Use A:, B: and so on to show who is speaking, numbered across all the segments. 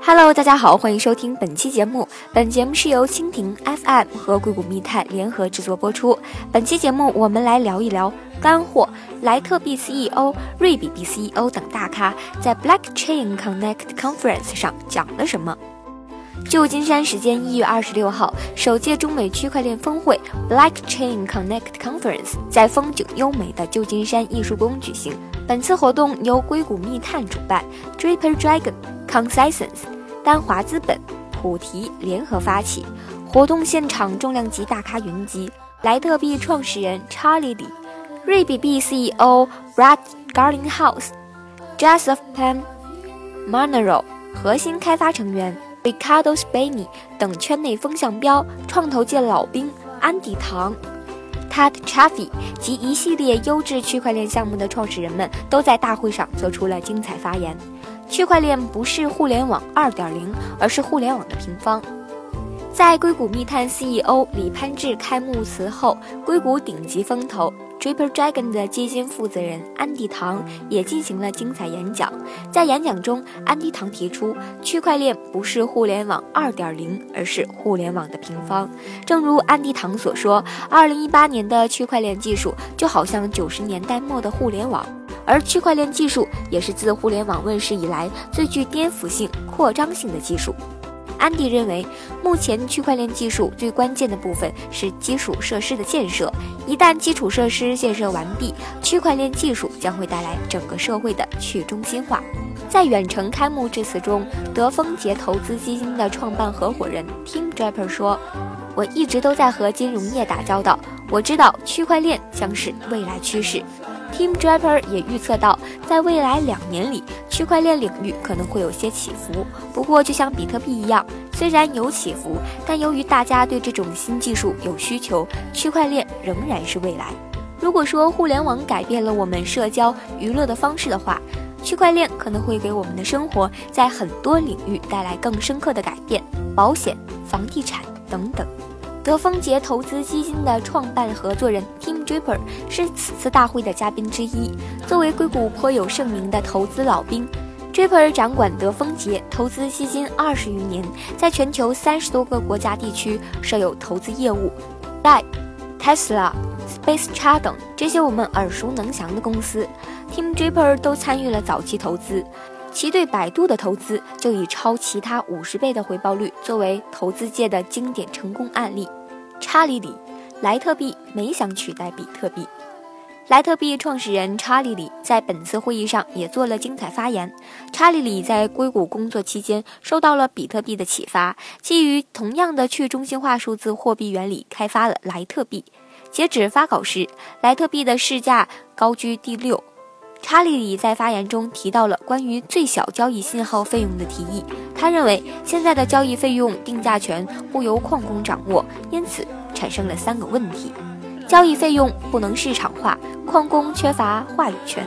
A: Hello， 大家好，欢迎收听本期节目。本节目是由蜻蜓 FM 和硅谷密探联合制作播出。本期节目我们来聊一聊干货，莱特币 CEO、瑞比币 CEO 等大咖在 Blockchain Connect Conference 上讲了什么。旧金山时间1月26号，首届中美区块链峰会 Blockchain Connect Conference 在风景优美的旧金山艺术宫举行。本次活动由硅谷密探主办 ，Draper Dragon、Conscience、丹华资本、普提联合发起。活动现场重量级大咖云集，莱特币创始人查理李、瑞比币 CEO Brad Garlinghouse、Joseph Pan、Monero 核心开发成员Ricardo Spini 等圈内风向标、创投界老兵安迪唐、Todd Chaffee 及一系列优质区块链项目的创始人们都在大会上做出了精彩发言。区块链不是互联网 2.0， 而是互联网的平方。在硅谷密探 CEO 李潘志开幕词后，硅谷顶级风投 Draper Dragon 的基金负责人安迪唐也进行了精彩演讲。在演讲中，安迪唐提出，区块链不是互联网 2.0， 而是互联网的平方。正如安迪唐所说，2018年的区块链技术就好像90年代末的互联网，而区块链技术也是自互联网问世以来最具颠覆性、扩张性的技术。安迪认为，目前区块链技术最关键的部分是基础设施的建设。一旦基础设施建设完毕，区块链技术将会带来整个社会的去中心化。在远程开幕致辞中，德丰杰投资基金的创办合伙人 Tim Draper 说：“我一直都在和金融业打交道，我知道区块链将是未来趋势。” Tim Draper 也预测到，在未来2年里，区块链领域可能会有些起伏。不过，就像比特币一样，虽然有起伏，但由于大家对这种新技术有需求，区块链仍然是未来。如果说互联网改变了我们社交娱乐的方式的话，区块链可能会给我们的生活在很多领域带来更深刻的改变，保险、房地产等等。德丰杰投资基金的创办合作人 Tim Draper 是此次大会的嘉宾之一。作为硅谷颇有盛名的投资老兵， Draper 掌管德丰杰投资基金20余年，在全球30多个国家地区设有投资业务。Tesla、Space 等这些我们耳熟能详的公司， Tim Draper 都参与了早期投资。其对百度的投资就以超其他50倍的回报率作为投资界的经典成功案例。查理李，莱特币没想取代比特币。莱特币创始人查理李在本次会议上也做了精彩发言。查理李在硅谷工作期间受到了比特币的启发，基于同样的去中心化数字货币原理开发了莱特币。截止发稿时，莱特币的市价高居第6。查理李在发言中提到了关于最小交易信号费用的提议。他认为现在的交易费用定价权不由矿工掌握，因此产生了3个问题：交易费用不能市场化，矿工缺乏话语权，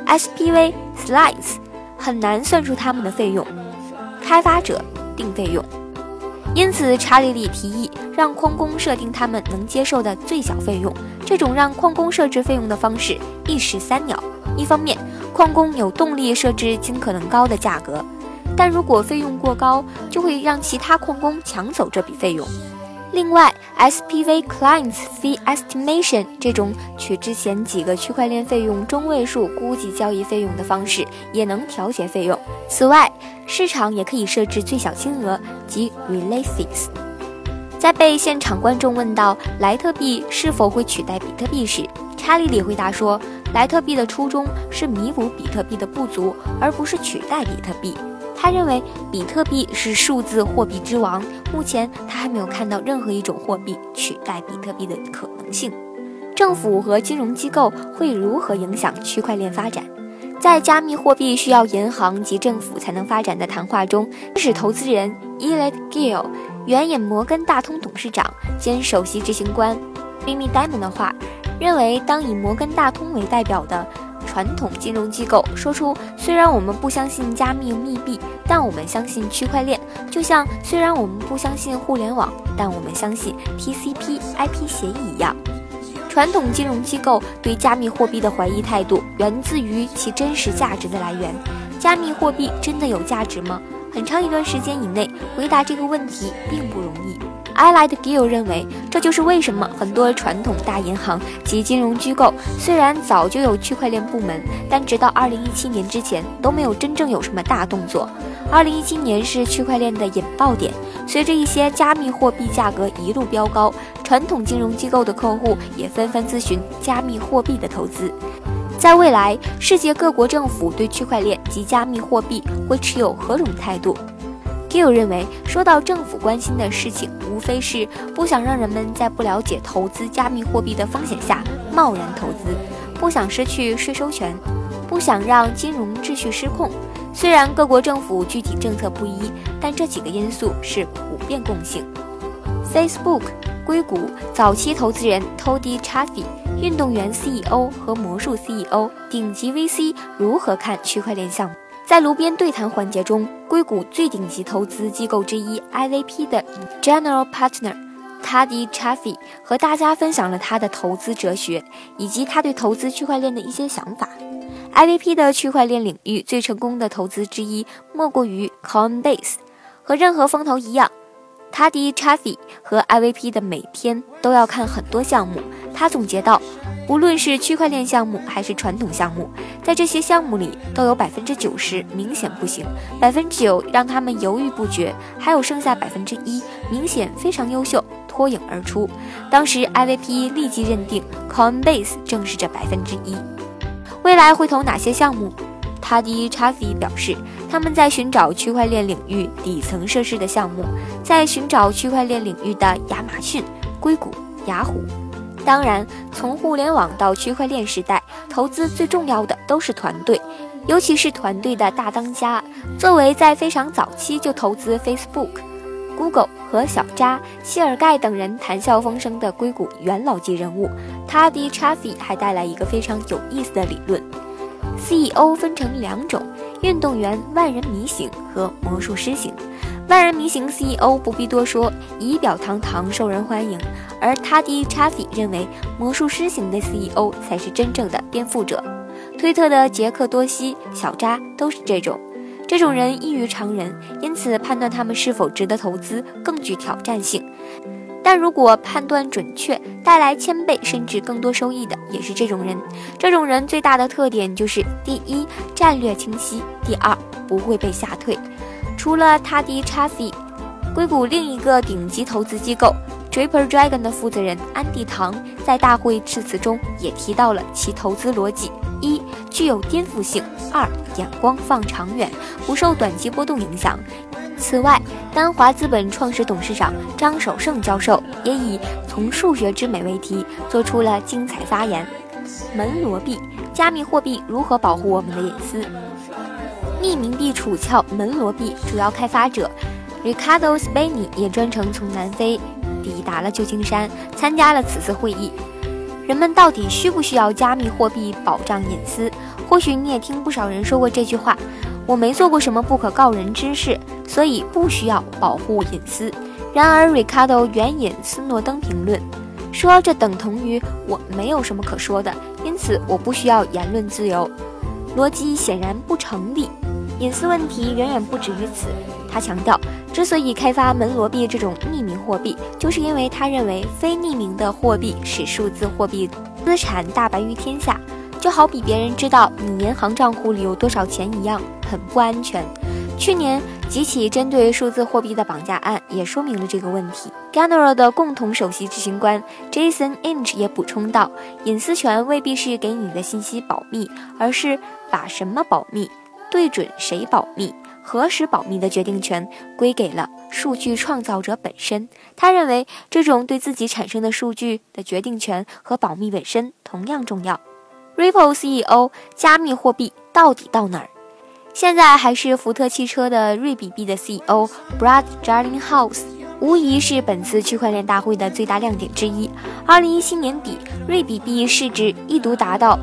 A: SPV Slice 很难算出他们的费用，开发者定费用。因此查理李提议让矿工设定他们能接受的最小费用，这种让矿工设置费用的方式一石三鸟。一方面，矿工有动力设置尽可能高的价格，但如果费用过高，就会让其他矿工抢走这笔费用。另外 ，SPV Clients Fee Estimation 这种取之前几个区块链费用中位数估计交易费用的方式，也能调节费用。此外，市场也可以设置最小金额及 Relay Fees。在被现场观众问到莱特币是否会取代比特币时，查理李回答说，莱特币的初衷是弥补比特币的不足，而不是取代比特币。他认为比特币是数字货币之王，目前他还没有看到任何一种货币取代比特币的可能性。政府和金融机构会如何影响区块链发展？在加密货币需要银行及政府才能发展的谈话中，知识投资人 Elliot Gill、原引摩根大通董事长兼首席执行官 Jamie Dimon 的话，认为当以摩根大通为代表的传统金融机构说出虽然我们不相信加密密币，但我们相信区块链，就像虽然我们不相信互联网，但我们相信 TCP/IP 协议一样。传统金融机构对加密货币的怀疑态度源自于其真实价值的来源。加密货币真的有价值吗？ 很长一段时间以内回答这个问题并不容易。Allied Gill 认为，这就是为什么很多传统大银行及金融机构虽然早就有区块链部门，但直到2017年之前都没有真正有什么大动作。2017年是区块链的引爆点，随着一些加密货币价格一路飙高，传统金融机构的客户也纷纷咨询加密货币的投资。在未来，世界各国政府对区块链及加密货币会持有何种态度？Gill 认为，说到政府关心的事情，无非是不想让人们在不了解投资加密货币的风险下贸然投资，不想失去税收权，不想让金融秩序失控。虽然各国政府具体政策不一，但这几个因素是普遍共性。Facebook、硅谷早期投资人 Todd Chaffee、运动员 CEO 和魔术 CEO、顶级 VC 如何看区块链项目？在炉边对谈环节中，硅谷最顶级投资机构之一 IVP 的 General Partner Todd Chaffee 和大家分享了他的投资哲学，以及他对投资区块链的一些想法。IVP 的区块链领域最成功的投资之一莫过于 Coinbase。 和任何风投一样， Todd Chaffee 和 IVP 的每天都要看很多项目。他总结道，无论是区块链项目还是传统项目，在这些项目里都有90%明显不行，9%让他们犹豫不决，还有剩下1%明显非常优秀，脱颖而出。当时 IVP 立即认定 Coinbase 正是这1%。未来会投哪些项目？Todd Chaffee 表示，他们在寻找区块链领域底层设施的项目，在寻找区块链领域的亚马逊、硅谷、雅虎。当然，从互联网到区块链时代，投资最重要的都是团队，尤其是团队的大当家。作为在非常早期就投资 Facebook、Google 和小扎、谢尔盖等人谈笑风生的硅谷元老级人物， Todd Chaffee 还带来一个非常有意思的理论。CEO 分成2种，运动员万人迷型和魔术师型。万人迷型 CEO 不必多说，仪表堂堂，受人欢迎，而Todd Chaffee 认为魔术师型的 CEO 才是真正的颠覆者。推特的杰克多西、小扎都是这种人异于常人，因此判断他们是否值得投资更具挑战性。但如果判断准确，带来1000倍甚至更多收益的也是这种人。这种人最大的特点就是：第一，战略清晰；第二，不会被吓退。除了Todd Chaffee，硅谷另一个顶级投资机构 Draper Dragon 的负责人安迪唐在大会致辞中也提到了其投资逻辑：一，具有颠覆性；二，眼光放长远，不受短期波动影响。此外，丹华资本创始董事长张守胜教授也以从数学之美为题，做出了精彩发言。门罗币，加密货币如何保护我们的隐私？匿名币楚翘门罗币主要开发者 Ricardo Spini 也专程从南非抵达了旧金山，参加了此次会议。人们到底需不需要加密货币保障隐私？或许你也听不少人说过这句话：我没做过什么不可告人之事，所以不需要保护隐私。然而 Ricardo 援引斯诺登评论说，这等同于我没有什么可说的，因此我不需要言论自由。逻辑显然不成立，隐私问题远远不止于此。他强调，之所以开发门罗币这种匿名货币，就是因为他认为非匿名的货币使数字货币资产大白于天下，就好比别人知道你银行账户里有多少钱一样，很不安全。去年几起针对数字货币的绑架案也说明了这个问题。Ganora 的共同首席执行官 Jason Inch 也补充道，隐私权未必是给你的信息保密，而是把什么保密、对准谁保密、何时保密的决定权归给了数据创造者本身。他认为这种对自己产生的数据的决定权和保密本身同样重要。 Ripple CEO 加密货币到底到哪儿？现在还是福特汽车的瑞比币的 CEO Brad Garlinghouse 无疑是本次区块链大会的最大亮点之一。2017年底，瑞比币市值一度达到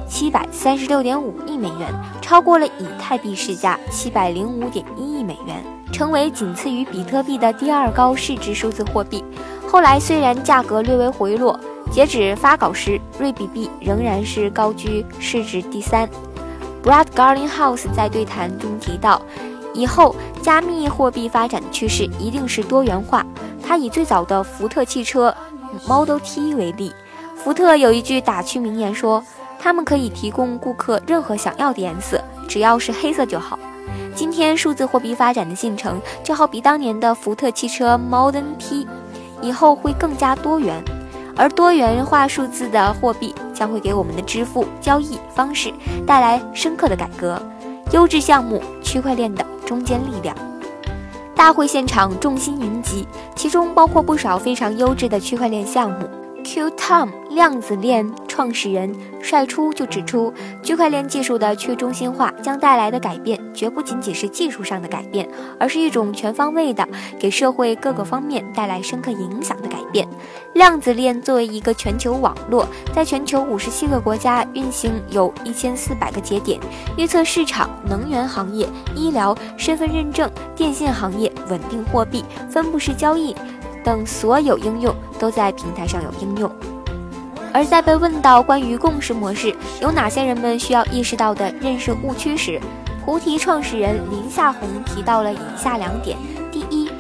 A: 736.5亿美元，超过了以太币市价705.1亿美元，成为仅次于比特币的第2高市值数字货币。后来虽然价格略微回落，截止发稿时，瑞比币仍然是高居市值第3。Brad Garlinghouse 在对谈中提到，以后加密货币发展的趋势一定是多元化。它以最早的福特汽车 Model T 为例，福特有一句打趣名言说，他们可以提供顾客任何想要的颜色，只要是黑色就好。今天数字货币发展的进程就好比当年的福特汽车 Model T， 以后会更加多元，而多元化数字的货币将会给我们的支付交易方式带来深刻的改革。优质项目，区块链的中坚力量。大会现场众星云集，其中包括不少非常优质的区块链项目。Qtum 量子链创始人率出就指出，区块链技术的去中心化将带来的改变绝不仅仅是技术上的改变，而是一种全方位的给社会各个方面带来深刻影响的改变。量子链作为一个全球网络，在全球57个国家运行，有1400个节点，预测市场、能源行业、医疗、身份认证、电信行业、稳定货币、分布式交易等所有应用都在平台上有应用。而在被问到关于共识模式有哪些人们需要意识到的认识误区时，菩提创始人林夏红提到了以下2点。第一，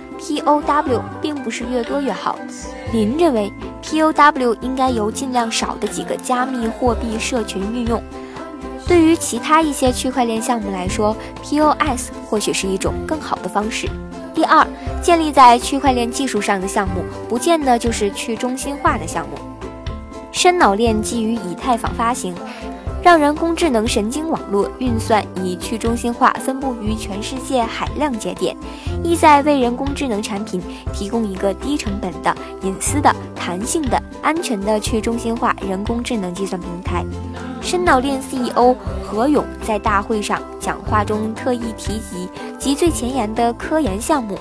A: POW 并不是越多越好。林认为 POW 应该由尽量少的几个加密货币社群运用。对于其他一些区块链项目来说， POS 或许是一种更好的方式。第二，建立在区块链技术上的项目不见得就是去中心化的项目。深脑链基于以太坊发行，让人工智能神经网络运算以去中心化分布于全世界海量节点，意在为人工智能产品提供一个低成本的、隐私的、弹性的、安全的去中心化人工智能计算平台。深脑链 CEO 何勇在大会上讲话中特意提及其最前沿的科研项目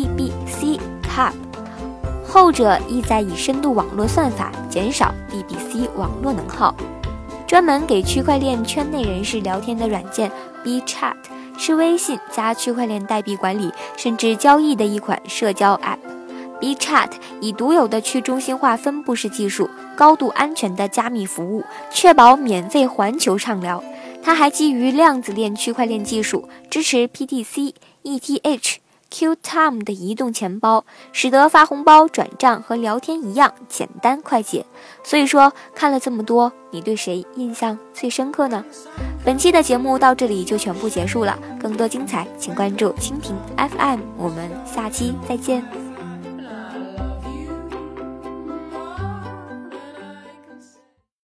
A: DBC Hub， 后者意在以深度网络算法减少 DBC 网络能耗。专门给区块链圈内人士聊天的软件 BChat 是微信加区块链代币管理甚至交易的一款社交 App。BChat 以独有的去中心化分布式技术、高度安全的加密服务，确保免费环球畅聊。它还基于量子链区块链技术，支持 PTC、ETH、Qtum 的移动钱包，使得发红包、转账和聊天一样简单快捷。所以说，看了这么多，你对谁印象最深刻呢？本期的节目到这里就全部结束了，更多精彩请关注蜻蜓 FM， 我们下期再见。